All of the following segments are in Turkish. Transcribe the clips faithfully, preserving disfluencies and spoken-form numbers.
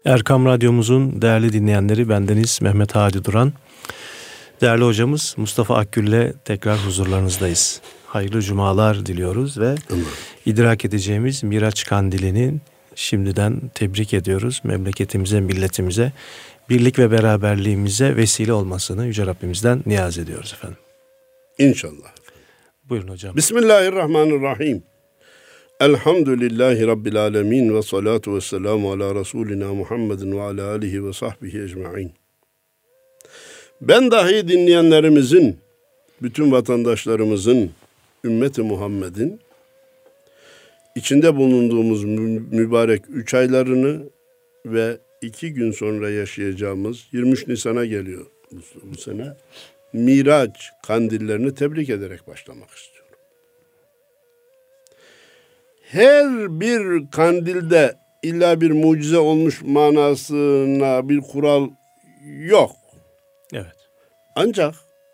Erkam Radyomuzun değerli dinleyenleri, bendeniz Mehmet Hadi Duran. Değerli hocamız Mustafa Akgül'le tekrar huzurlarınızdayız. Hayırlı cumalar diliyoruz ve Allah. idrak edeceğimiz Miraç Kandili'ni şimdiden tebrik ediyoruz. Memleketimize, milletimize, birlik ve beraberliğimize vesile olmasını Yüce Rabbimizden niyaz ediyoruz efendim. İnşallah. Buyurun hocam. Bismillahirrahmanirrahim. Elhamdülillahi Rabbil alemin ve salatu ve selamu ala Resulina Muhammedin ve ala alihi ve sahbihi ecma'in. Ben dahi dinleyenlerimizin, bütün vatandaşlarımızın, ümmeti Muhammed'in içinde bulunduğumuz mübarek üç aylarını ve iki gün sonra yaşayacağımız yirmi üç Nisan'a geliyor bu, bu sene Miraç kandillerini tebrik ederek başlamak istiyorum. Her bir kandilde illa bir mucize olmuş manasına bir kural yok. Evet. Ancak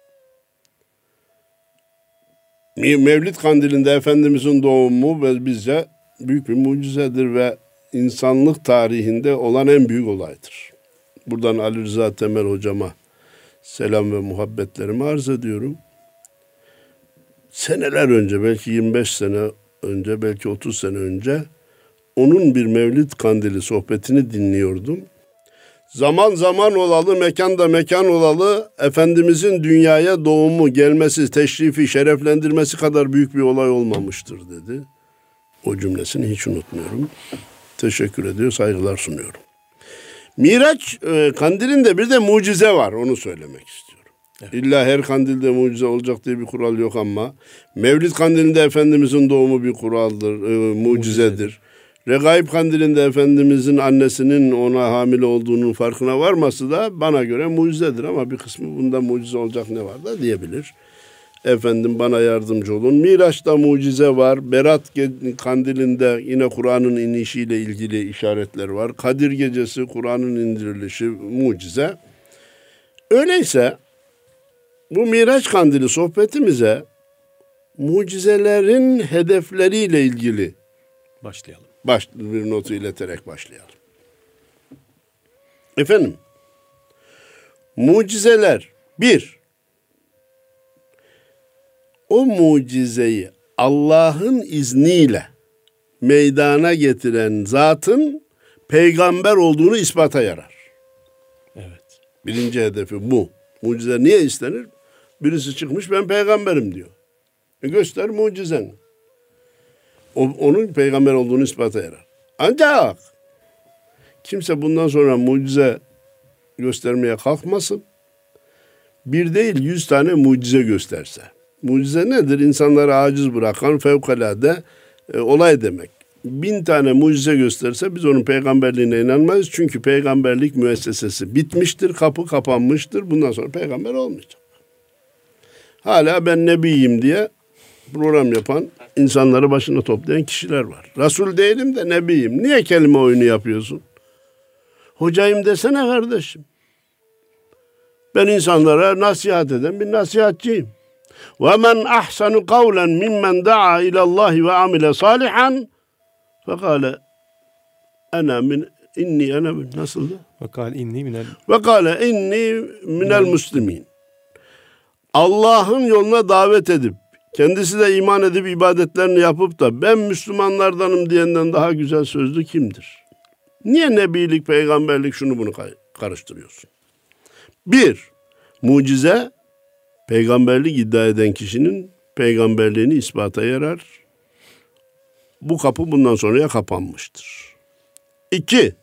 Mevlid kandilinde Efendimizin doğumu ve bize büyük bir mucizedir ve insanlık tarihinde olan en büyük olaydır. Buradan Ali Rıza Temel hocama selam ve muhabbetlerimi arz ediyorum. Seneler önce, belki yirmi beş sene önce, belki otuz sene önce onun bir Mevlid kandili sohbetini dinliyordum. Zaman zaman olalı, mekan da mekan olalı, Efendimizin dünyaya doğumu, gelmesi, teşrifi, şereflendirmesi kadar büyük bir olay olmamıştır dedi. O cümlesini hiç unutmuyorum. Teşekkür ediyor, saygılar sunuyorum. Miraç e, kandilinde bir de mucize var, onu söylemek istiyorum. Evet. İlla her kandilde mucize olacak diye bir kural yok ama Mevlid kandilinde Efendimizin doğumu bir kuraldır, e, mucizedir. Regaib kandilinde Efendimizin annesinin ona hamile olduğunun farkına varması da bana göre mucizedir ama bir kısmı bunda mucize olacak ne var da diyebilir. Efendim bana yardımcı olun. Miraç'ta mucize var. Berat kandilinde yine Kur'an'ın inişiyle ilgili işaretler var. Kadir gecesi Kur'an'ın indirilişi mucize. Öyleyse bu Miraç kandili sohbetimize mucizelerin hedefleriyle ilgili başlayalım. Baş, bir notu ileterek başlayalım. Efendim, mucizeler bir, o mucizeyi Allah'ın izniyle meydana getiren zatın peygamber olduğunu ispata yarar. Evet. Birinci hedefi bu. Mucize niye istenir? Birisi çıkmış ben peygamberim diyor. E göster mucizen. O, onun peygamber olduğunu ispata yarar. Ancak kimse bundan sonra mucize göstermeye kalkmasın. Bir değil yüz tane mucize gösterse. Mucize nedir? İnsanları aciz bırakan fevkalade e, olay demek. Bin tane mucize gösterse biz onun peygamberliğine inanmayız. Çünkü peygamberlik müessesesi bitmiştir, kapı kapanmıştır. Bundan sonra peygamber olmayacak. Hala ben nebiyim diye program yapan, insanları başına toplayan kişiler var. Resul değilim de nebiyim. Niye kelime oyunu yapıyorsun? Hocayım desene kardeşim. Ben insanlara nasihat eden bir nasihatçiyim. وَمَنْ أَحْسَنُ قَوْلًا مِمَّنْ دَعَا إِلَى اللّٰهِ وَعَمِلَ صَالِحًا فَقَالَ اَنَا مِنْ اِنِّي اَنَا nasıldı? وَقَالَ اِنِّي مِنَ وَقَالَ اِنِّي مِنَ الْمُسْلِمِينَ Allah'ın yoluna davet edip kendisi de iman edip ibadetlerini yapıp da ben Müslümanlardanım diyenden daha güzel sözlü kimdir? Niye nebilik, peygamberlik şunu bunu karıştırıyorsun? Bir, mucize peygamberlik iddia eden kişinin peygamberliğini ispata yarar. Bu kapı bundan sonraya kapanmıştır. İki,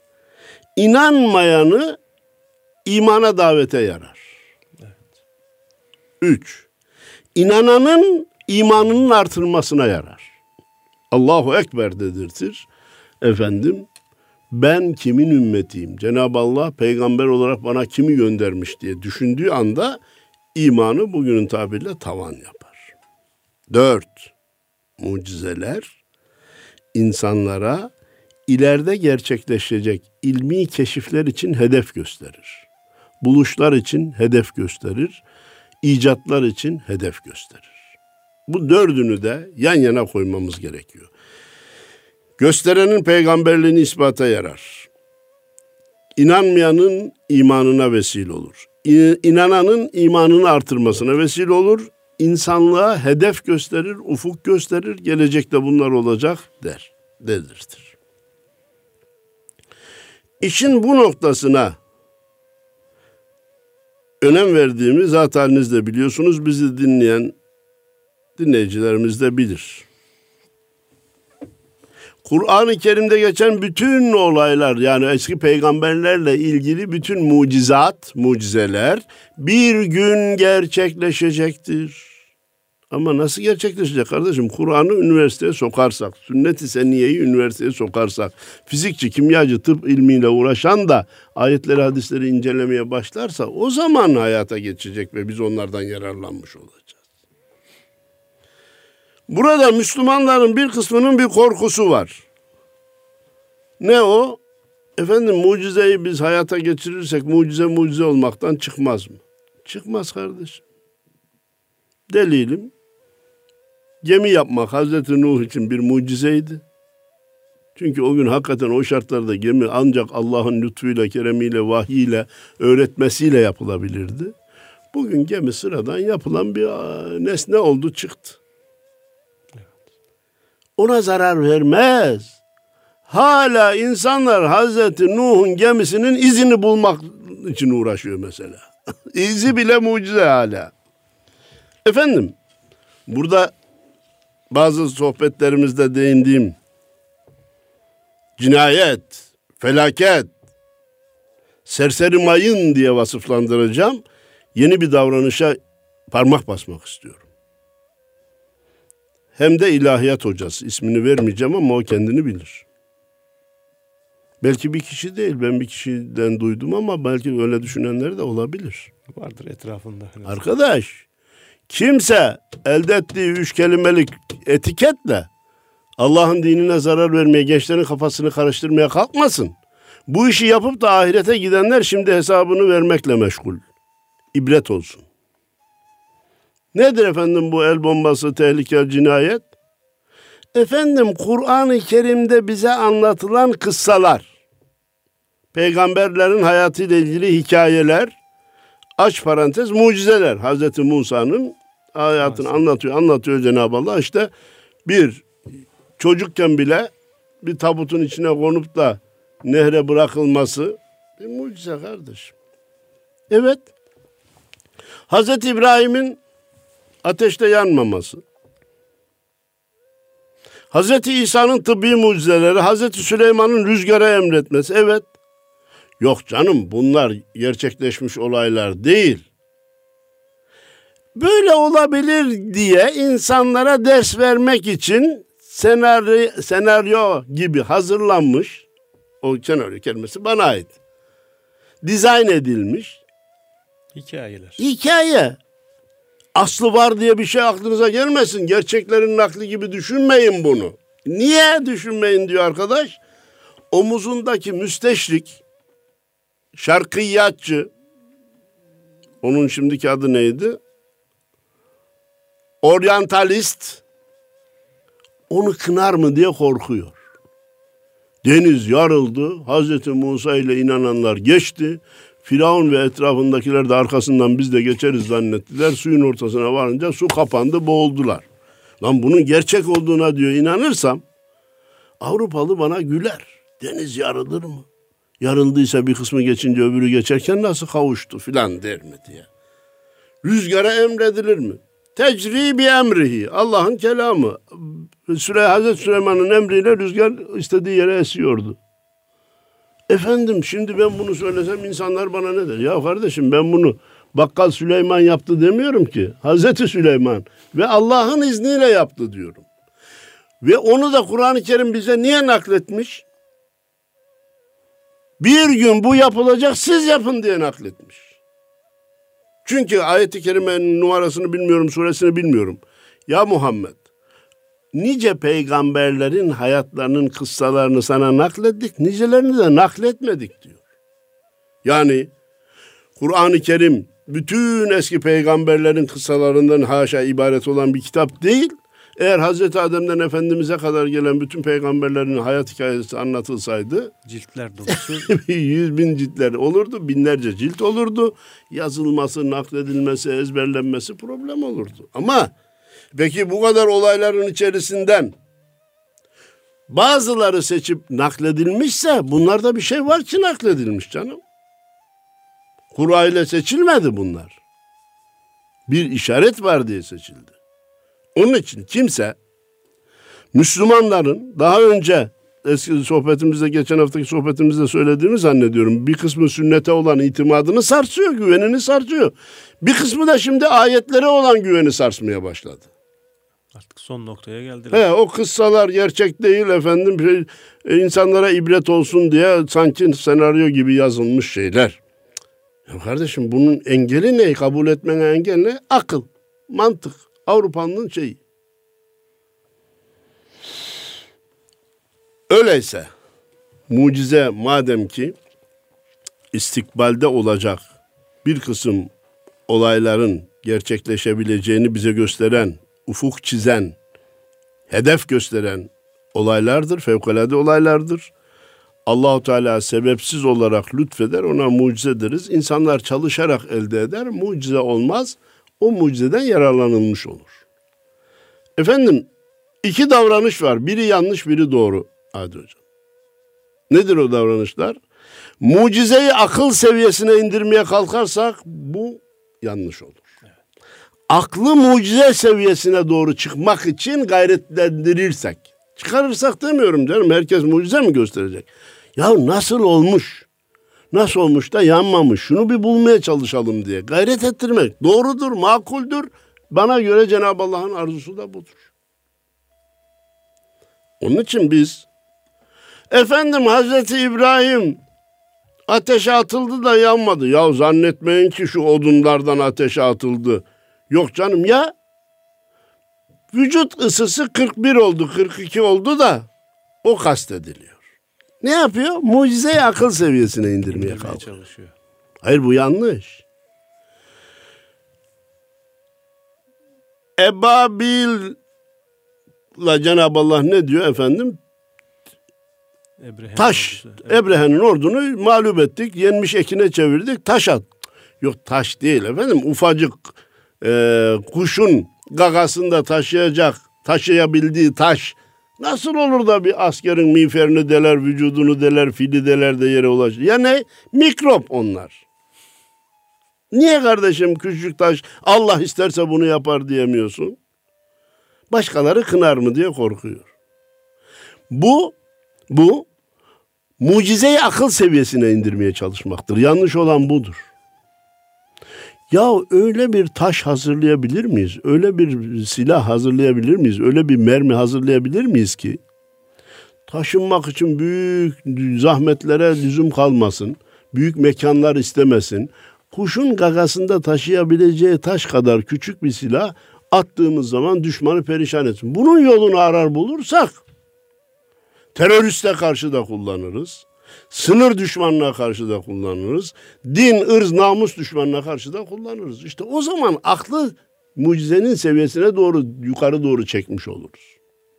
inanmayanı imana davete yarar. Evet. Üç, İnananın imanının artırmasına yarar. Allahu Ekber dedirtir. Efendim ben kimin ümmetiyim? Cenab-ı Allah peygamber olarak bana kimi göndermiş diye düşündüğü anda imanı bugünün tabiriyle tavan yapar. Dört, mucizeler insanlara ileride gerçekleşecek ilmi keşifler için hedef gösterir. Buluşlar için hedef gösterir. İcatlar için hedef gösterir. Bu dördünü de yan yana koymamız gerekiyor. Gösterenin peygamberliğini ispata yarar. İnanmayanın imanına vesile olur. İnananın imanını artırmasına vesile olur. İnsanlığa hedef gösterir, ufuk gösterir. Gelecekte bunlar olacak der, dedirtir. İşin bu noktasına önem verdiğimi zat haliniz de biliyorsunuz. Bizi dinleyen dinleyicilerimiz de bilir. Kur'an-ı Kerim'de geçen bütün olaylar, yani eski peygamberlerle ilgili bütün mucizat, mucizeler bir gün gerçekleşecektir. Ama nasıl gerçekleşecek kardeşim? Kur'an'ı üniversiteye sokarsak, sünnet-i seniyyeyi üniversiteye sokarsak, fizikçi, kimyacı, tıp ilmiyle uğraşan da ayetleri, hadisleri incelemeye başlarsa o zaman hayata geçecek ve biz onlardan yararlanmış olacağız. Burada Müslümanların bir kısmının bir korkusu var. Ne o? Efendim mucizeyi biz hayata geçirirsek mucize mucize olmaktan çıkmaz mı? Çıkmaz kardeşim. Delilim. Gemi yapmak Hazreti Nuh için bir mucizeydi. Çünkü o gün hakikaten o şartlarda gemi ancak Allah'ın lütfuyla, keremiyle, vahyiyle, öğretmesiyle yapılabilirdi. Bugün gemi sıradan yapılan bir nesne oldu, çıktı. Ona zarar vermez. Hala insanlar Hazreti Nuh'un gemisinin izini bulmak için uğraşıyor mesela. İzi bile mucize hala. Efendim, burada bazı sohbetlerimizde değindiğim cinayet, felaket, serseri mayın diye vasıflandıracağım yeni bir davranışa parmak basmak istiyorum. Hem de ilahiyat hocası, ismini vermeyeceğim ama o kendini bilir. Belki bir kişi değil, ben bir kişiden duydum ama belki öyle düşünenler de olabilir. Vardır etrafında. Arkadaş, kimse elde ettiği üç kelimelik etiketle Allah'ın dinine zarar vermeye, gençlerin kafasını karıştırmaya kalkmasın. Bu işi yapıp da ahirete gidenler şimdi hesabını vermekle meşgul. İbret olsun. Nedir efendim bu el bombası, tehlikeli cinayet? Efendim Kur'an-ı Kerim'de bize anlatılan kıssalar, peygamberlerin hayatıyla ilgili hikayeler, aç parantez mucizeler. Hazreti Musa'nın hayatını anlatıyor, anlatıyor Cenab-ı Allah. İşte bir çocukken bile bir tabutun içine konup da nehre bırakılması bir mucize kardeşim. Evet. Hazreti İbrahim'in ateşte yanmaması, Hazreti İsa'nın tıbbi mucizeleri, Hazreti Süleyman'ın rüzgara emretmesi, evet. Yok canım, bunlar gerçekleşmiş olaylar değil. Böyle olabilir diye insanlara ders vermek için senaryo, senaryo gibi hazırlanmış, o senaryo kelimesi bana ait, dizayn edilmiş hikayeler. Hikaye. Aslı var diye bir şey aklınıza gelmesin. Gerçeklerin nakli gibi düşünmeyin bunu. Niye düşünmeyin diyor arkadaş? Omuzundaki müsteşrik, şarkiyatçı, onun şimdiki adı neydi? Oryantalist, onu kınar mı diye korkuyor. Deniz yarıldı, Hazreti Musa ile inananlar geçti. Firavun ve etrafındakiler de arkasından biz de geçeriz zannettiler. Suyun ortasına varınca su kapandı, boğuldular. Lan bunun gerçek olduğuna diyor inanırsam Avrupalı bana güler. Deniz yarılır mı? Yarıldıysa bir kısmı geçince öbürü geçerken nasıl kavuştu filan der mi diye. Rüzgara emredilir mi? Tecri bi emrihi. Allah'ın kelamı. Süre, Hazreti Süleyman'ın emriyle rüzgar istediği yere esiyordu. Efendim şimdi ben bunu söylesem insanlar bana ne der? Ya kardeşim ben bunu Bakkal Süleyman yaptı demiyorum ki. Hazreti Süleyman ve Allah'ın izniyle yaptı diyorum. Ve onu da Kur'an-ı Kerim bize niye nakletmiş? Bir gün bu yapılacak, siz yapın diye nakletmiş. Çünkü ayet-i kerimenin numarasını bilmiyorum, suresini bilmiyorum. Ya Muhammed, nice peygamberlerin hayatlarının kıssalarını sana naklettik, nicelerini de nakletmedik diyor. Yani Kur'an-ı Kerim bütün eski peygamberlerin kıssalarından haşa ibaret olan bir kitap değil. Eğer Hazreti Adem'den Efendimiz'e kadar gelen bütün peygamberlerin hayat hikayesi anlatılsaydı ciltler dolusu yüz bin ciltler olurdu, binlerce cilt olurdu. Yazılması, nakledilmesi, ezberlenmesi problem olurdu. Ama peki bu kadar olayların içerisinden bazıları seçip nakledilmişse bunlarda bir şey var ki nakledilmiş canım. Kura ile seçilmedi bunlar. Bir işaret var diye seçildi. Onun için kimse Müslümanların daha önce eski sohbetimizde, geçen haftaki sohbetimizde söylediğimi zannediyorum. Bir kısmı sünnete olan itimadını sarsıyor, güvenini sarsıyor. Bir kısmı da şimdi ayetlere olan güveni sarsmaya başladı. Artık son noktaya geldiler. He, o kıssalar gerçek değil efendim. İnsanlara ibret olsun diye sanki senaryo gibi yazılmış şeyler. Ya kardeşim bunun engeli ne? Kabul etmene engel ne? Akıl, mantık. Avrupa'nın şeyi. Öyleyse mucize madem ki istikbalde olacak bir kısım olayların gerçekleşebileceğini bize gösteren, ufuk çizen, hedef gösteren olaylardır, fevkalade olaylardır. Allah-u Teala sebepsiz olarak lütfeder, ona mucize deriz. İnsanlar çalışarak elde eder, mucize olmaz. O mucizeden yararlanılmış olur. Efendim, iki davranış var. Biri yanlış, biri doğru. Hadi hocam. Nedir o davranışlar? Mucizeyi akıl seviyesine indirmeye kalkarsak bu yanlış olur. Evet. Aklı mucize seviyesine doğru çıkmak için gayretlendirirsek, çıkarırsak demiyorum canım, herkes mucize mi gösterecek? Ya nasıl olmuş? Nasıl olmuş da yanmamış? Şunu bir bulmaya çalışalım diye gayret ettirmek doğrudur, makuldür. Bana göre Cenab-ı Allah'ın arzusu da budur. Onun için biz efendim Hazreti İbrahim ateşe atıldı da yanmadı. Ya zannetmeyin ki şu odunlardan ateşe atıldı. Yok canım ya. Vücut ısısı kırk bir oldu, kırk iki oldu da o kastediliyor. Ne yapıyor? Mucizeyi akıl seviyesine indirmeye kalkıyor. Hayır, bu yanlış. Ebabil'la Cenab-ı Allah ne diyor efendim? Ebrehe'nin Taş. ordusu, evet. Ebrehe'nin ordunu mağlup ettik. Yenmiş ekine çevirdik. Taş at. Yok taş değil efendim. Ufacık e, kuşun gagasında taşıyacak, taşıyabildiği taş. Nasıl olur da bir askerin miğferini deler, vücudunu deler, fili deler de yere ulaşır. Ya ne? Mikrop onlar. Niye kardeşim küçük taş Allah isterse bunu yapar diyemiyorsun? Başkaları kınar mı diye korkuyor. Bu, bu mucizeyi akıl seviyesine indirmeye çalışmaktır. Yanlış olan budur. Ya öyle bir taş hazırlayabilir miyiz? Öyle bir silah hazırlayabilir miyiz? Öyle bir mermi hazırlayabilir miyiz ki taşınmak için büyük zahmetlere lüzum kalmasın, büyük mekanlar istemesin, kuşun gagasında taşıyabileceği taş kadar küçük bir silah attığımız zaman düşmanı perişan etsin. Bunun yolunu arar bulursak teröriste karşı da kullanırız. Sınır düşmanına karşı da kullanırız. Din, ırz, namus düşmanına karşı da kullanırız. İşte o zaman aklı mucizenin seviyesine doğru, yukarı doğru çekmiş oluruz.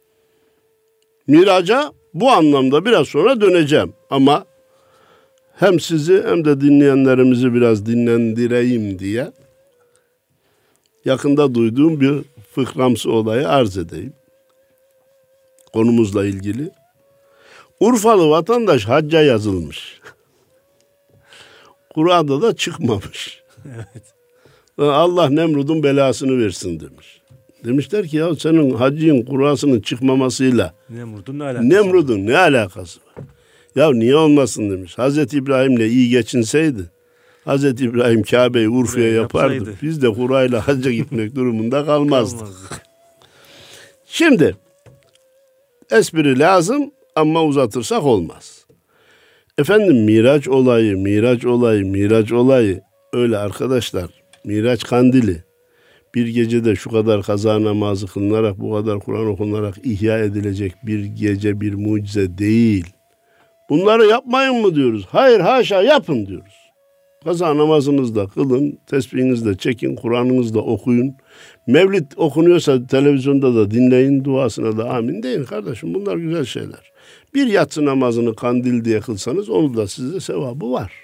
Miraca bu anlamda biraz sonra döneceğim. Ama hem sizi hem de dinleyenlerimizi biraz dinlendireyim diye yakında duyduğum bir fıkramsı olayı arz edeyim. Konumuzla ilgili. Urfalı vatandaş hacca yazılmış. Kur'an'da da çıkmamış. Evet. Allah Nemrud'un belasını versin demiş. Demişler ki ya senin haccın Kur'an'sının çıkmamasıyla Nemrud'un ne alakası Nemrud'un ne alakası var? Ya niye olmasın demiş. Hazreti İbrahim'le iyi geçinseydi Hazreti İbrahim Kabe'yi Urfa'ya yapardı. Yapsaydı. Biz de Kur'an'la hacca gitmek durumunda kalmazdık. Kalmazdık. Şimdi espri lazım ama uzatırsak olmaz. Efendim Miraç olayı, Miraç olayı, Miraç olayı öyle arkadaşlar. Miraç kandili bir gecede şu kadar kaza namazı kılınarak, bu kadar Kur'an okunarak ihya edilecek bir gece, bir mucize değil. Bunları yapmayın mı diyoruz? Hayır, haşa yapın diyoruz. Kaza namazınızı da kılın, tesbihinizi de çekin, Kur'an'ınızı da okuyun. Mevlid okunuyorsa televizyonda da dinleyin, duasına da amin deyin kardeşim. Bunlar güzel şeyler. Bir yatsı namazını kandil diye kılsanız onun da size sevabı var.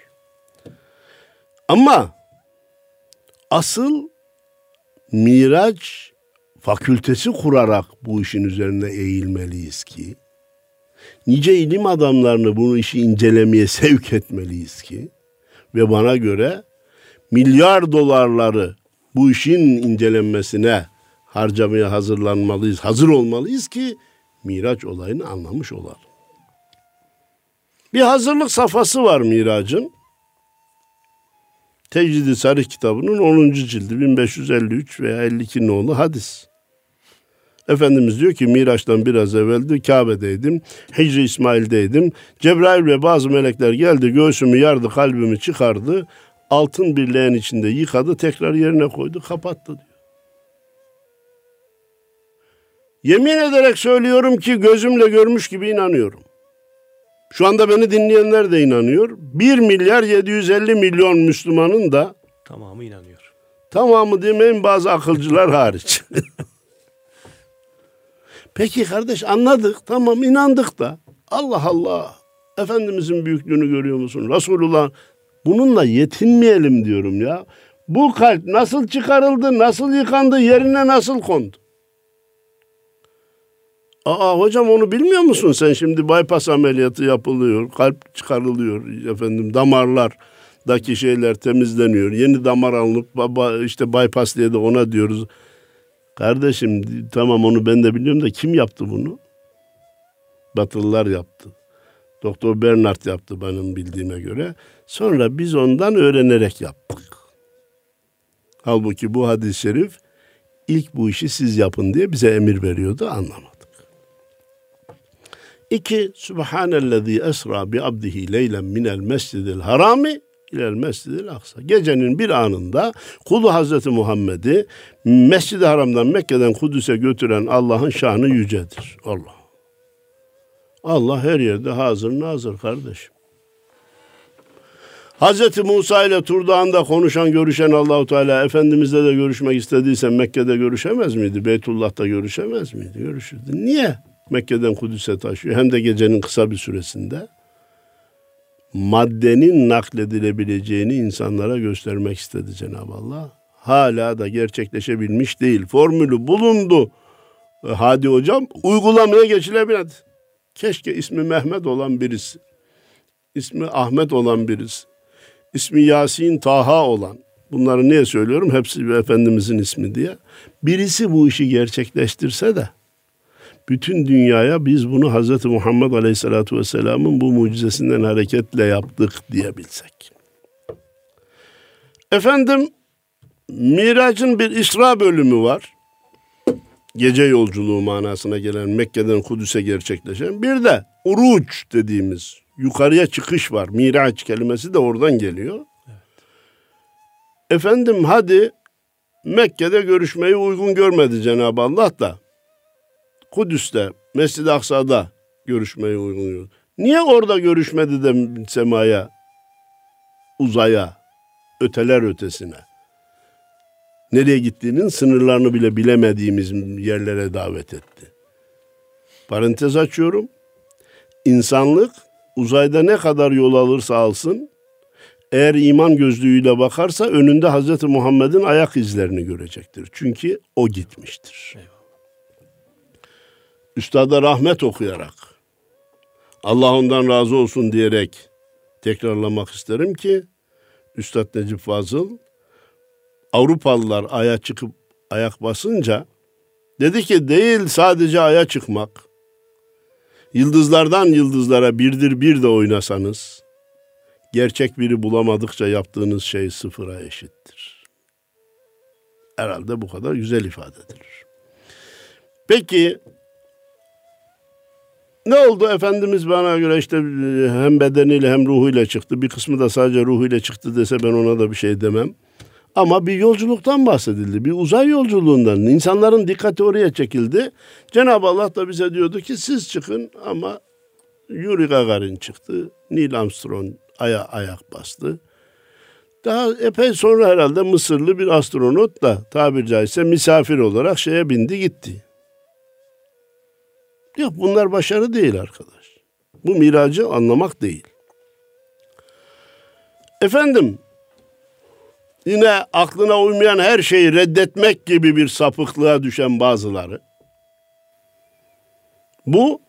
Ama asıl Miraç fakültesi kurarak bu işin üzerine eğilmeliyiz ki, nice ilim adamlarını bu işi incelemeye sevk etmeliyiz ki, ve bana göre milyar dolarları bu işin incelenmesine harcamaya hazırlanmalıyız, hazır olmalıyız ki Miraç olayını anlamış olalım. Bir hazırlık safhası var Miraç'ın. Tecrid-i Sarih kitabının onuncu cildi bin beş yüz elli üç veya elli iki nolu hadis. Efendimiz diyor ki Miraç'tan biraz evvel diyor, Kabe'deydim, Hicr-i İsmail'deydim. Cebrail ve bazı melekler geldi, göğsümü yardı, kalbimi çıkardı. Altın bir leğen içinde yıkadı, tekrar yerine koydu, kapattı diyor. Yemin ederek söylüyorum ki gözümle görmüş gibi inanıyorum. Şu anda beni dinleyenler de inanıyor. bir milyar yedi yüz elli milyon Müslümanın da tamamı inanıyor. Tamamı demeyin, bazı akılcılar hariç. Peki kardeş, anladık, tamam, inandık da Allah Allah, Efendimizin büyüklüğünü görüyor musun? Resulullah, bununla yetinmeyelim diyorum ya. Bu kalp nasıl çıkarıldı, nasıl yıkandı, yerine nasıl kondu? Aa hocam, onu bilmiyor musun sen? Şimdi bypass ameliyatı yapılıyor, kalp çıkarılıyor, efendim damarlardaki şeyler temizleniyor, yeni damar alınıp işte bypass diye de ona diyoruz. Kardeşim tamam, onu ben de biliyorum da kim yaptı bunu? Batılılar yaptı. Doktor Bernard yaptı benim bildiğime göre. Sonra biz ondan öğrenerek yaptık. Halbuki bu hadis-i şerif ilk bu işi siz yapın diye bize emir veriyordu, anlamadık. İki, Subhanellezî esra bi abdihi leylen minel mescidil harami ilel mescidil aksa. Gecenin bir anında kulu Hazreti Muhammed'i Mescid-i Haram'dan, Mekke'den Kudüs'e götüren Allah'ın şanı yücedir. Allah. Allah her yerde hazır nazır kardeşim. Hazreti Musa ile Tur Dağı'nda konuşan, görüşen Allahu Teala Efendimiz'le de görüşmek istediyse Mekke'de görüşemez miydi? Beytullah'ta görüşemez miydi? Görüşürdü. Niye? Mekke'den Kudüs'e taşıyor. Hem de gecenin kısa bir süresinde. Maddenin nakledilebileceğini insanlara göstermek istedi Cenab-ı Allah. Hala da gerçekleşebilmiş değil. Formülü bulundu. Hadi hocam, uygulamaya geçilebilmedi. Keşke ismi Mehmet olan birisi, ismi Ahmet olan birisi, ismi Yasin, Taha olan, bunları niye söylüyorum? Hepsi Efendimizin ismi diye. Birisi bu işi gerçekleştirse de bütün dünyaya biz bunu Hazreti Muhammed Aleyhisselatü Vesselam'ın bu mucizesinden hareketle yaptık diyebilsek. Efendim, Miraç'ın bir İsra bölümü var. Gece yolculuğu manasına gelen, Mekke'den Kudüs'e gerçekleşen. Bir de uruç dediğimiz yukarıya çıkış var. Miraç kelimesi de oradan geliyor. Evet. Efendim hadi Mekke'de görüşmeyi uygun görmedi Cenab-ı Allah da Kudüs'te, Mescid-i Aksa'da görüşmeyi uygun gördü. Niye orada görüşmedi de semaya, uzaya, öteler ötesine? Nereye gittiğinin sınırlarını bile bilemediğimiz yerlere davet etti. Parantez açıyorum. İnsanlık uzayda ne kadar yol alırsa alsın, eğer iman gözlüğüyle bakarsa önünde Hazreti Muhammed'in ayak izlerini görecektir. Çünkü o gitmiştir. Eyvallah. Üstada rahmet okuyarak, Allah ondan razı olsun diyerek tekrarlamak isterim ki, Üstad Necip Fazıl, Avrupalılar aya çıkıp ayak basınca dedi ki değil sadece aya çıkmak, yıldızlardan yıldızlara birdir bir de oynasanız, gerçek biri bulamadıkça yaptığınız şey sıfıra eşittir. Herhalde bu kadar güzel ifade edilir. Peki ne oldu? Efendimiz bana göre işte hem bedeniyle hem ruhuyla çıktı. Bir kısmı da sadece ruhuyla çıktı dese ben ona da bir şey demem. Ama bir yolculuktan bahsedildi. Bir uzay yolculuğundan. İnsanların dikkati oraya çekildi. Cenab-ı Allah da bize diyordu ki siz çıkın ama Yuri Gagarin çıktı. Neil Armstrong aya ayak bastı. Daha epey sonra herhalde Mısırlı bir astronot da tabiri caizse misafir olarak şeye bindi gitti. Yok, bunlar başarı değil arkadaş. Bu miracı anlamak değil. Efendim, yine aklına uymayan her şeyi reddetmek gibi bir sapıklığa düşen bazıları. Bu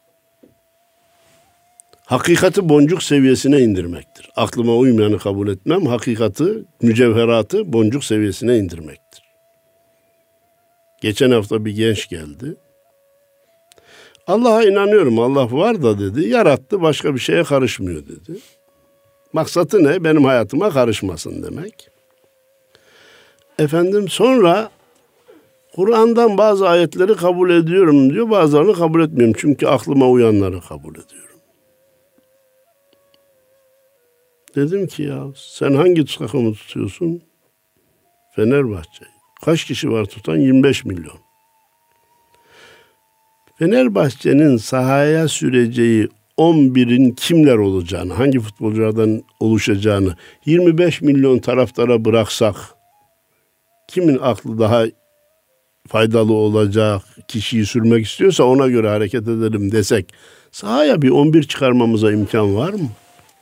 hakikati boncuk seviyesine indirmektir. Aklıma uymayanı kabul etmem, hakikati, mücevheratı boncuk seviyesine indirmektir. Geçen hafta bir genç geldi. Allah'a inanıyorum, Allah var da dedi, yarattı, başka bir şeye karışmıyor dedi. Maksatı ne? Benim hayatıma karışmasın demek. Efendim sonra Kur'an'dan bazı ayetleri kabul ediyorum diyor, bazılarını kabul etmiyorum. Çünkü aklıma uyanları kabul ediyorum. Dedim ki ya sen hangi takımı tutuyorsun? Fenerbahçe. Kaç kişi var tutan? yirmi beş milyon. Fenerbahçe'nin sahaya süreceği on birin kimler olacağını, hangi futbolculardan oluşacağını yirmi beş milyon taraftara bıraksak, kimin aklı daha faydalı olacak kişiyi sürmek istiyorsa ona göre hareket edelim desek, sahaya bir on bir çıkarmamıza imkan var mı?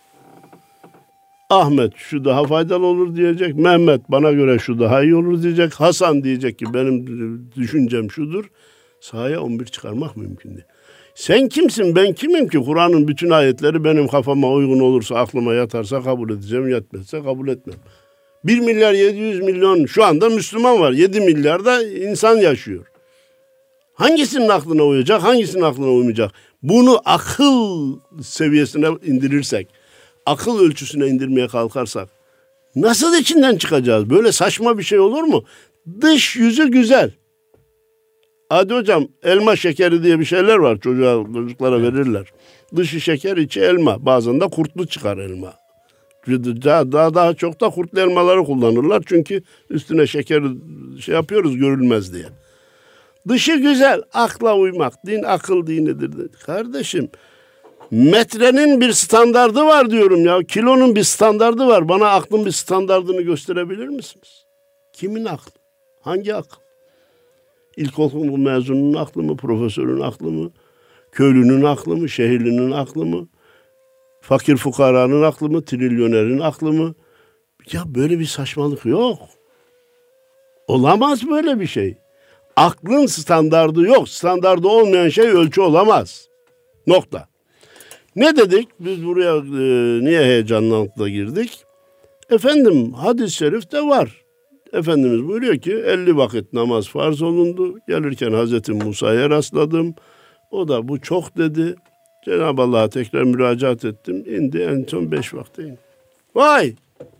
Ahmet şu daha faydalı olur diyecek, Mehmet bana göre şu daha iyi olur diyecek, Hasan diyecek ki benim düşüncem şudur. Sahaya on bir çıkarmak mümkün değil. Sen kimsin, ben kimim ki Kur'an'ın bütün ayetleri benim kafama uygun olursa, aklıma yatarsa kabul edeceğim, yatmazsa kabul etmem. bir milyar yedi yüz milyon şu anda Müslüman var. yedi milyar da insan yaşıyor. Hangisinin aklına uyacak, hangisinin aklına uymayacak? Bunu akıl seviyesine indirirsek, akıl ölçüsüne indirmeye kalkarsak nasıl içinden çıkacağız? Böyle saçma bir şey olur mu? Dış yüzü güzel. Hadi hocam, elma şekeri diye bir şeyler var, çocuğa, çocuklara verirler. Dışı şeker, içi elma. Bazen de kurtlu çıkar elma. Daha, daha, daha çok da kurtlu elmaları kullanırlar. Çünkü üstüne şeker şey yapıyoruz, görülmez diye. Dışı güzel, akla uymak. Din akıl dinidir. Kardeşim, metrenin bir standardı var diyorum ya. Kilonun bir standardı var. Bana aklın bir standardını gösterebilir misiniz? Kimin aklı? Hangi akıl? İlkokul mezununun aklı mı? Profesörün aklı mı? Köylünün aklı mı? Şehirlinin aklı mı? Fakir fukaranın aklı mı? Trilyonerin aklı mı? Ya böyle bir saçmalık yok. Olamaz böyle bir şey. Aklın standardı yok. Standardı olmayan şey ölçü olamaz. Nokta. Ne dedik? Biz buraya e, niye heyecanlanıkla girdik? Efendim hadis-i şerifte var. Efendimiz buyuruyor ki elli vakit namaz farz olundu. Gelirken Hazreti Musa'ya rastladım. O da bu çok dedi. Cenab-ı Allah'a tekrar müracaat ettim. İndi, en son beş vakte indi. Vay!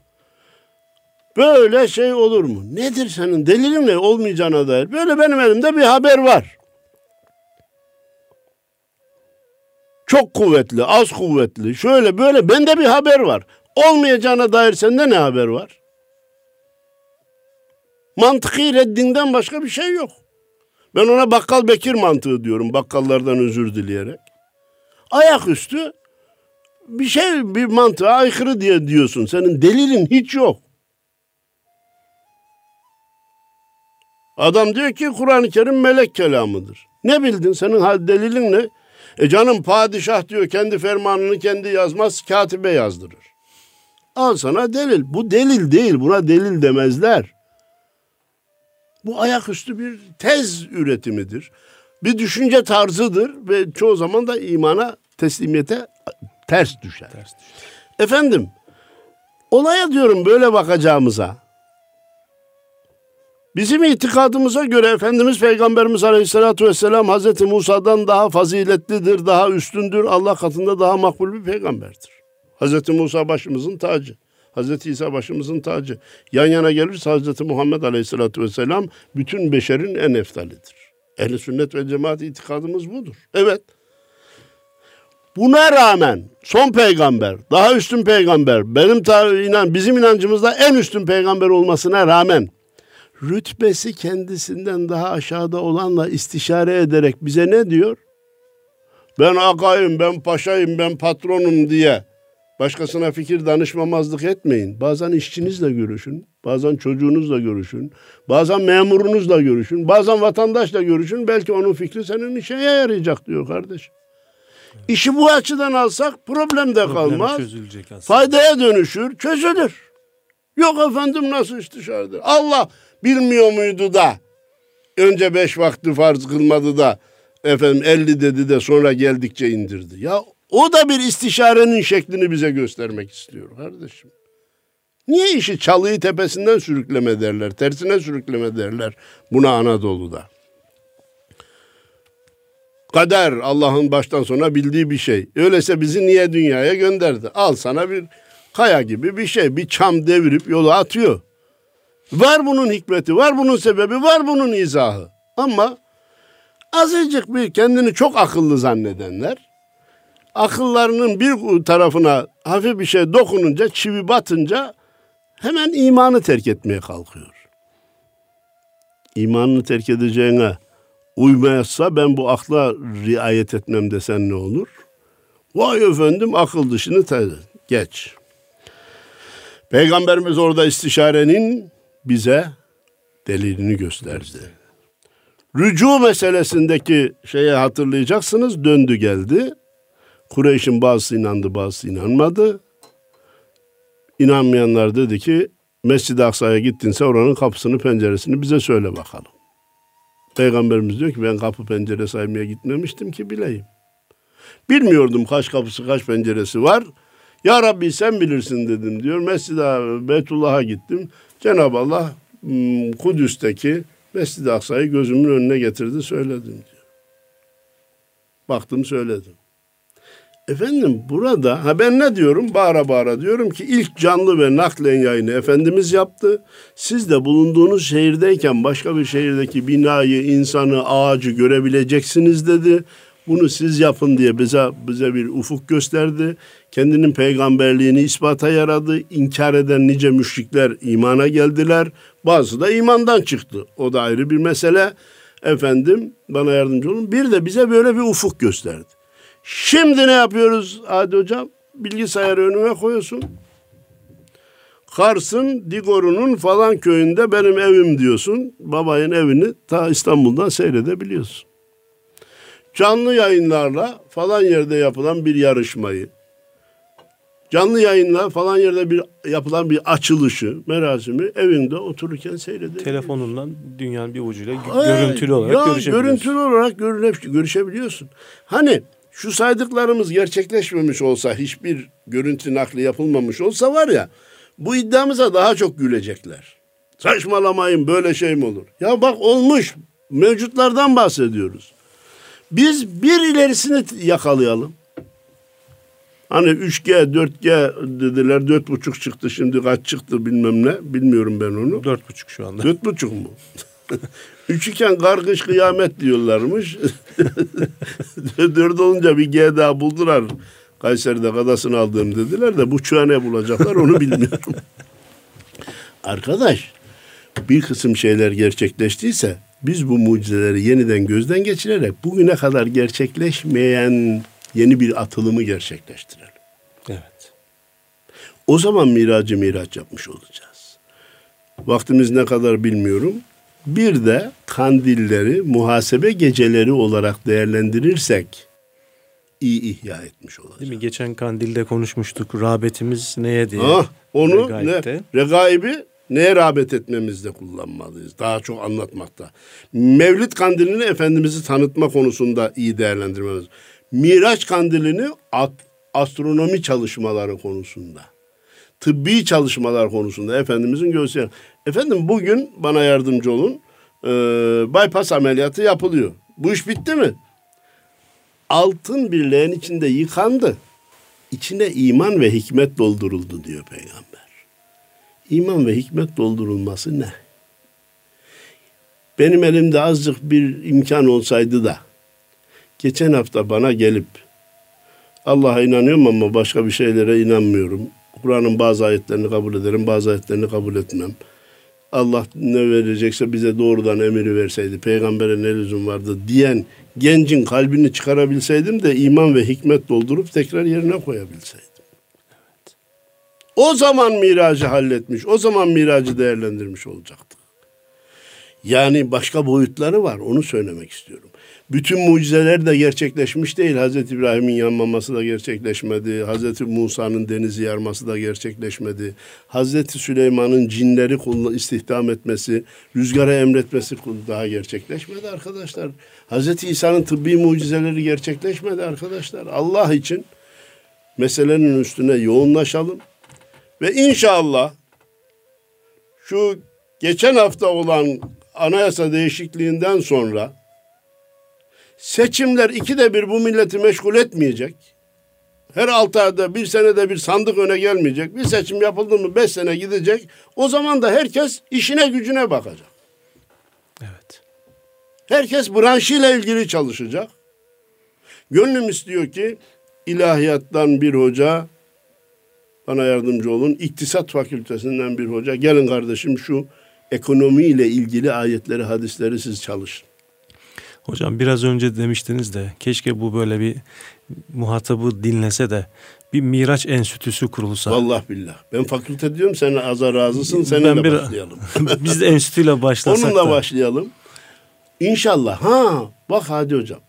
Böyle şey olur mu? Nedir senin delilin ne olmayacağına dair? Böyle benim elimde bir haber var. Çok kuvvetli, az kuvvetli, şöyle böyle bende bir haber var. Olmayacağına dair sende ne haber var? Mantıki reddinden başka bir şey yok. Ben ona Bakkal Bekir mantığı diyorum, bakkallardan özür dileyerek. Ayaküstü bir şey, bir mantığa aykırı diye diyorsun. Senin delilin hiç yok. Adam diyor ki Kur'an-ı Kerim melek kelamıdır. Ne bildin? Senin delilin ne? E canım padişah diyor kendi fermanını kendi yazmaz, katibe yazdırır. Al sana delil. Bu delil değil. Buna delil demezler. Bu ayaküstü bir tez üretimidir. Bir düşünce tarzıdır ve çoğu zaman da imana, teslimiyete ters düşer. Ters düşer. Efendim, olaya diyorum böyle bakacağımıza, bizim itikadımıza göre Efendimiz Peygamberimiz Aleyhisselatü Vesselam Hazreti Musa'dan daha faziletlidir, daha üstündür, Allah katında daha makbul bir peygamberdir. Hazreti Musa başımızın tacı. Hazreti İsa başımızın tacı. Yan yana gelirse Hazreti Muhammed Aleyhisselatü Vesselam bütün beşerin en efdalidir. Ehl-i sünnet ve cemaat itikadımız budur. Evet. Buna rağmen son peygamber, daha üstün peygamber, benim ta- inan, bizim inancımızda en üstün peygamber olmasına rağmen rütbesi kendisinden daha aşağıda olanla istişare ederek bize ne diyor? Ben ağayım, ben paşayım, ben patronum diye Başkasına fikir danışmamazlık etmeyin. Bazen işçinizle görüşün. Bazen çocuğunuzla görüşün. Bazen memurunuzla görüşün. Bazen vatandaşla görüşün. Belki onun fikri senin işe yarayacak diyor kardeşim. Evet. İşi bu açıdan alsak problem de kalmaz. Faydaya dönüşür, çözülür. Yok efendim nasıl istişaredir? Allah bilmiyor muydu da önce beş vakti farz kılmadı da efendim elli dedi de sonra geldikçe indirdi. Ya o da bir istişarenin şeklini bize göstermek istiyor kardeşim. Niye işi çalıyı tepesinden sürükleme derler, tersine sürükleme derler buna Anadolu'da. Kader Allah'ın baştan sona bildiği bir şey. Öyleyse bizi niye dünyaya gönderdi? Al sana bir kaya gibi bir şey, bir çam devirip yola atıyor. Var bunun hikmeti, var bunun sebebi, var bunun izahı. Ama azıcık bir kendini çok akıllı zannedenler, akıllarının bir tarafına hafif bir şey dokununca, çivi batınca hemen imanı terk etmeye kalkıyor. İmanını terk edeceğine uymayasa ben bu akla riayet etmem desen ne olur? Vay efendim akıl dışını te- geç. Peygamberimiz orada istişarenin bize delilini gösterdi. Rücu meselesindeki şeye hatırlayacaksınız, döndü geldi. Kureyş'in bazısı inandı, bazısı inanmadı. İnanmayanlar dedi ki Mescid-i Aksa'ya gittinse oranın kapısını penceresini bize söyle bakalım. Peygamberimiz diyor ki ben kapı pencere saymaya gitmemiştim ki bileyim. Bilmiyordum kaç kapısı kaç penceresi var. Ya Rabbi sen bilirsin dedim diyor. Mescid-i Beytullah'a gittim. Cenab-ı Allah Kudüs'teki Mescid-i Aksa'yı gözümün önüne getirdi söyledim diyor. Baktım söyledim. Efendim burada ha ben ne diyorum bağıra bağıra diyorum ki ilk canlı ve naklen yayını Efendimiz yaptı. Siz de bulunduğunuz şehirdeyken başka bir şehirdeki binayı, insanı, ağacı görebileceksiniz dedi. Bunu siz yapın diye bize bize bir ufuk gösterdi. Kendinin peygamberliğini ispata yaradı. İnkar eden nice müşrikler imana geldiler. Bazısı da imandan çıktı. O da ayrı bir mesele. Efendim bana yardımcı olun. Bir de bize böyle bir ufuk gösterdi. Şimdi ne yapıyoruz Adi Hocam? Bilgisayarı önüme koyuyorsun. Kars'ın Digor'unun falan köyünde benim evim diyorsun. Babayın evini ta İstanbul'dan seyredebiliyorsun. Canlı yayınlarla falan yerde yapılan bir yarışmayı, canlı yayınla falan yerde bir yapılan bir açılışı, merasimi evinde otururken seyredebiliyorsun. Telefonundan dünyanın bir ucuyla Hayır, görüntülü olarak ya, görüşebiliyorsun. Görüntülü olarak görüne, görüşebiliyorsun. Hani şu saydıklarımız gerçekleşmemiş olsa, hiçbir görüntü nakli yapılmamış olsa var ya, bu iddiamıza daha çok gülecekler. Saçmalamayın, böyle şey mi olur? Ya bak olmuş, mevcutlardan bahsediyoruz. Biz bir ilerisini yakalayalım. Hani üç G, dört G dediler, dört buçuk çıktı, şimdi kaç çıktı bilmem ne, bilmiyorum ben onu. Dört buçuk şu anda. Dört buçuk mu? Üç iken kargış kıyamet diyorlarmış. Dört olunca bir G daha buldular. Kayseri'de kadasını aldığım dediler de buçuğa ne bulacaklar onu bilmiyorum. Arkadaş, bir kısım şeyler gerçekleştiyse biz bu mucizeleri yeniden gözden geçirerek bugüne kadar gerçekleşmeyen yeni bir atılımı gerçekleştirelim. Evet. O zaman miracı miraç yapmış olacağız. Vaktimiz ne kadar bilmiyorum. Bir de kandilleri muhasebe geceleri olarak değerlendirirsek iyi ihya etmiş olacağız. Değil mi? Geçen kandilde konuşmuştuk. Rağbetimiz neye diye. Ah, onu ne? Regaibi neye rağbet etmemizde kullanmalıyız. Daha çok anlatmakta. Mevlid kandilini Efendimiz'i tanıtma konusunda iyi değerlendirmemiz. Miraç kandilini astronomi çalışmaları konusunda, tıbbi çalışmalar konusunda Efendimizin göğsüne. Efendim bugün bana yardımcı olun. Ee, bypass ameliyatı yapılıyor. Bu iş bitti mi? Altın bir leğen içinde yıkandı. İçine iman ve hikmet dolduruldu diyor Peygamber. İman ve hikmet doldurulması ne? Benim elimde azıcık bir imkan olsaydı da geçen hafta bana gelip Allah'a inanıyorum ama başka bir şeylere inanmıyorum. Kur'an'ın bazı ayetlerini kabul ederim, bazı ayetlerini kabul etmem. Allah ne verecekse bize doğrudan emiri verseydi, peygambere ne lüzum vardı diyen gencin kalbini çıkarabilseydim de iman ve hikmet doldurup tekrar yerine koyabilseydim. O zaman miracı halletmiş, o zaman miracı değerlendirmiş olacaktık. Yani başka boyutları var, onu söylemek istiyorum. Bütün mucizeler de gerçekleşmiş değil. Hazreti İbrahim'in yanmaması da gerçekleşmedi. Hazreti Musa'nın denizi yarması da gerçekleşmedi. Hazreti Süleyman'ın cinleri istihdam etmesi, rüzgara emretmesi daha gerçekleşmedi arkadaşlar. Hazreti İsa'nın tıbbi mucizeleri gerçekleşmedi arkadaşlar. Allah için meselenin üstüne yoğunlaşalım. Ve inşallah şu geçen hafta olan anayasa değişikliğinden sonra seçimler ikide bir bu milleti meşgul etmeyecek. Her altı ayda bir senede bir sandık öne gelmeyecek. Bir seçim yapıldı mı beş sene gidecek. O zaman da herkes işine gücüne bakacak. Evet. Herkes branşıyla ilgili çalışacak. Gönlüm istiyor ki ilahiyattan bir hoca bana yardımcı olun. İktisat fakültesinden bir hoca. Gelin kardeşim şu ekonomiyle ilgili ayetleri, hadisleri siz çalışın. Hocam biraz önce demiştiniz de keşke bu böyle bir muhatabı dinlese de bir Miraç Enstitüsü kurulsa. Vallahi billah. Ben fakülte diyorum, sen aza razısın, seninle bir, başlayalım. Biz de enstitüyle başlasak Onunla da. başlayalım. İnşallah. Ha, bak hadi hocam.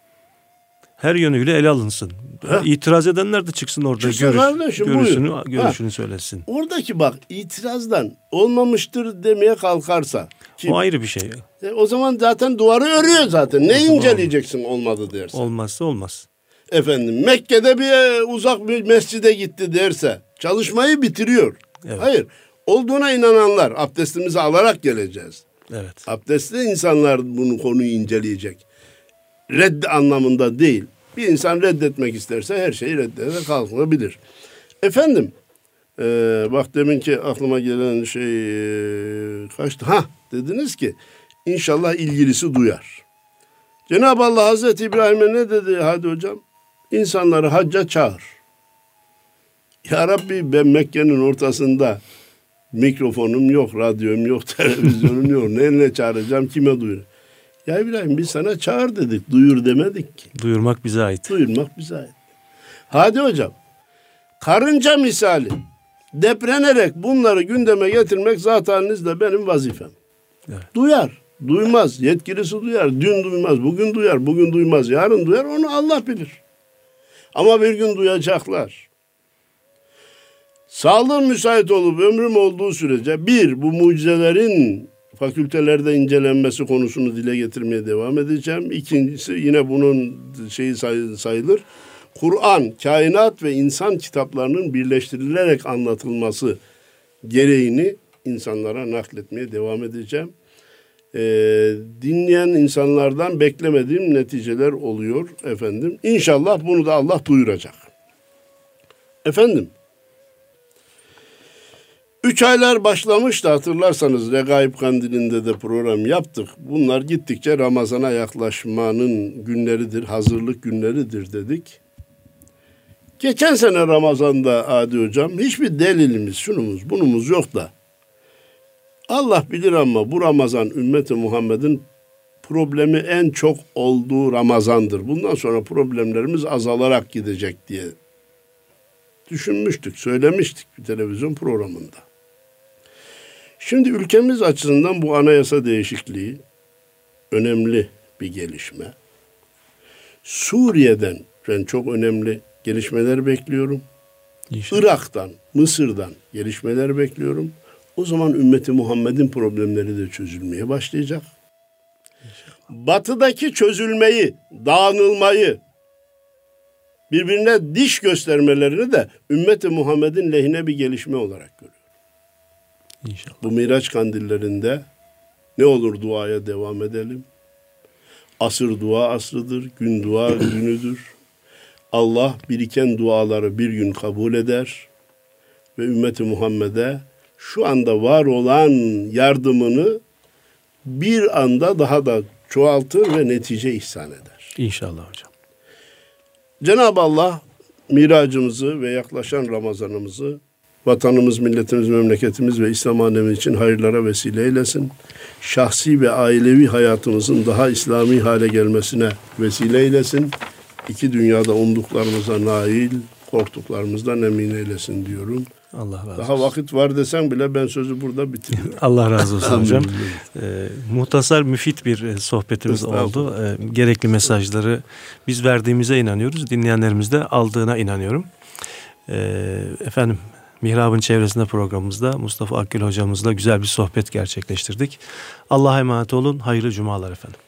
Her yönüyle ele alınsın. Ha. İtiraz edenler de çıksın orada. Çıksın görüş, kardeşim, görüşünü, buyur. görüşünü Ha. söylesin. Oradaki bak itirazdan olmamıştır demeye kalkarsa. Kim? O ayrı bir şey. E, o zaman zaten duvarı örüyor zaten. Ne inceleyeceksin olmadı derse. Olmazsa olmaz. Efendim Mekke'de bir uzak bir mescide gitti derse çalışmayı bitiriyor. Evet. Hayır. Olduğuna inananlar abdestimizi alarak geleceğiz. Evet. Abdestli insanlar bunu konuyu inceleyecek. Redd anlamında değil. Bir insan reddetmek isterse her şeyi reddede kalkabilir. Efendim e, bak deminki aklıma gelen şey e, kaçtı. Ha dediniz ki inşallah ilgilisi duyar. Cenab-ı Allah Hazreti İbrahim'e ne dedi hadi hocam? İnsanları hacca çağır. Ya Rabbi ben Mekke'nin ortasında mikrofonum yok, radyom yok, televizyonum yok. Neyle çağıracağım, kime duyur? Ya İbrahim biz sana çağır dedik, duyur demedik ki. Duyurmak bize ait. Duyurmak bize ait. Hadi hocam, karınca misali deprenerek bunları gündeme getirmek zaten de benim vazifem. Evet. Duyar, duymaz, yetkilisi duyar, dün duymaz, bugün duyar, bugün duymaz, yarın duyar, onu Allah bilir. Ama bir gün duyacaklar. Sağlığım müsait olup ömrüm olduğu sürece bir, bu mucizelerin fakültelerde incelenmesi konusunu dile getirmeye devam edeceğim. İkincisi yine bunun şeyi sayılır. Kur'an, kainat ve insan kitaplarının birleştirilerek anlatılması gereğini insanlara nakletmeye devam edeceğim. Ee, dinleyen insanlardan beklemediğim neticeler oluyor efendim. İnşallah bunu da Allah duyuracak. Efendim, üç aylar başlamıştı hatırlarsanız Regaib Kandili'nde de program yaptık. Bunlar gittikçe Ramazan'a yaklaşmanın günleridir, hazırlık günleridir dedik. Geçen sene Ramazan'da Adi Hocam hiçbir delilimiz, şunumuz, bunumuz yok da Allah bilir ama bu Ramazan ümmeti Muhammed'in problemi en çok olduğu Ramazan'dır. Bundan sonra problemlerimiz azalarak gidecek diye düşünmüştük, söylemiştik bir televizyon programında. Şimdi ülkemiz açısından bu anayasa değişikliği önemli bir gelişme. Suriye'den ben çok önemli gelişmeler bekliyorum. İnşallah. Irak'tan, Mısır'dan gelişmeler bekliyorum. O zaman ümmeti Muhammed'in problemleri de çözülmeye başlayacak. İnşallah. Batıdaki çözülmeyi, dağınılmayı, birbirine diş göstermelerini de ümmeti Muhammed'in lehine bir gelişme olarak görüyorum. İnşallah. Bu Miraç kandillerinde ne olur duaya devam edelim. Asır dua asrıdır, gün dua günüdür. Allah biriken duaları bir gün kabul eder ve ümmeti Muhammed'e şu anda var olan yardımını bir anda daha da çoğaltır ve netice ihsan eder. İnşallah hocam. Cenab-ı Allah miracımızı ve yaklaşan Ramazanımızı vatanımız, milletimiz, memleketimiz ve İslam alemi için hayırlara vesile eylesin. Şahsi ve ailevi hayatımızın daha İslami hale gelmesine vesile eylesin. İki dünyada umduklarımıza nail, korktuklarımızdan emin eylesin diyorum. Allah razı olsun. Daha vakit var desen bile ben sözü burada bitiriyorum. Allah razı olsun hocam. Ee, muhtasar, müfit bir sohbetimiz oldu. Ee, gerekli mesajları biz verdiğimize inanıyoruz. Dinleyenlerimiz de aldığına inanıyorum. Ee, efendim, Mihrab'ın çevresinde programımızda Mustafa Akgül hocamızla güzel bir sohbet gerçekleştirdik. Allah'a emanet olun. Hayırlı cumalar efendim.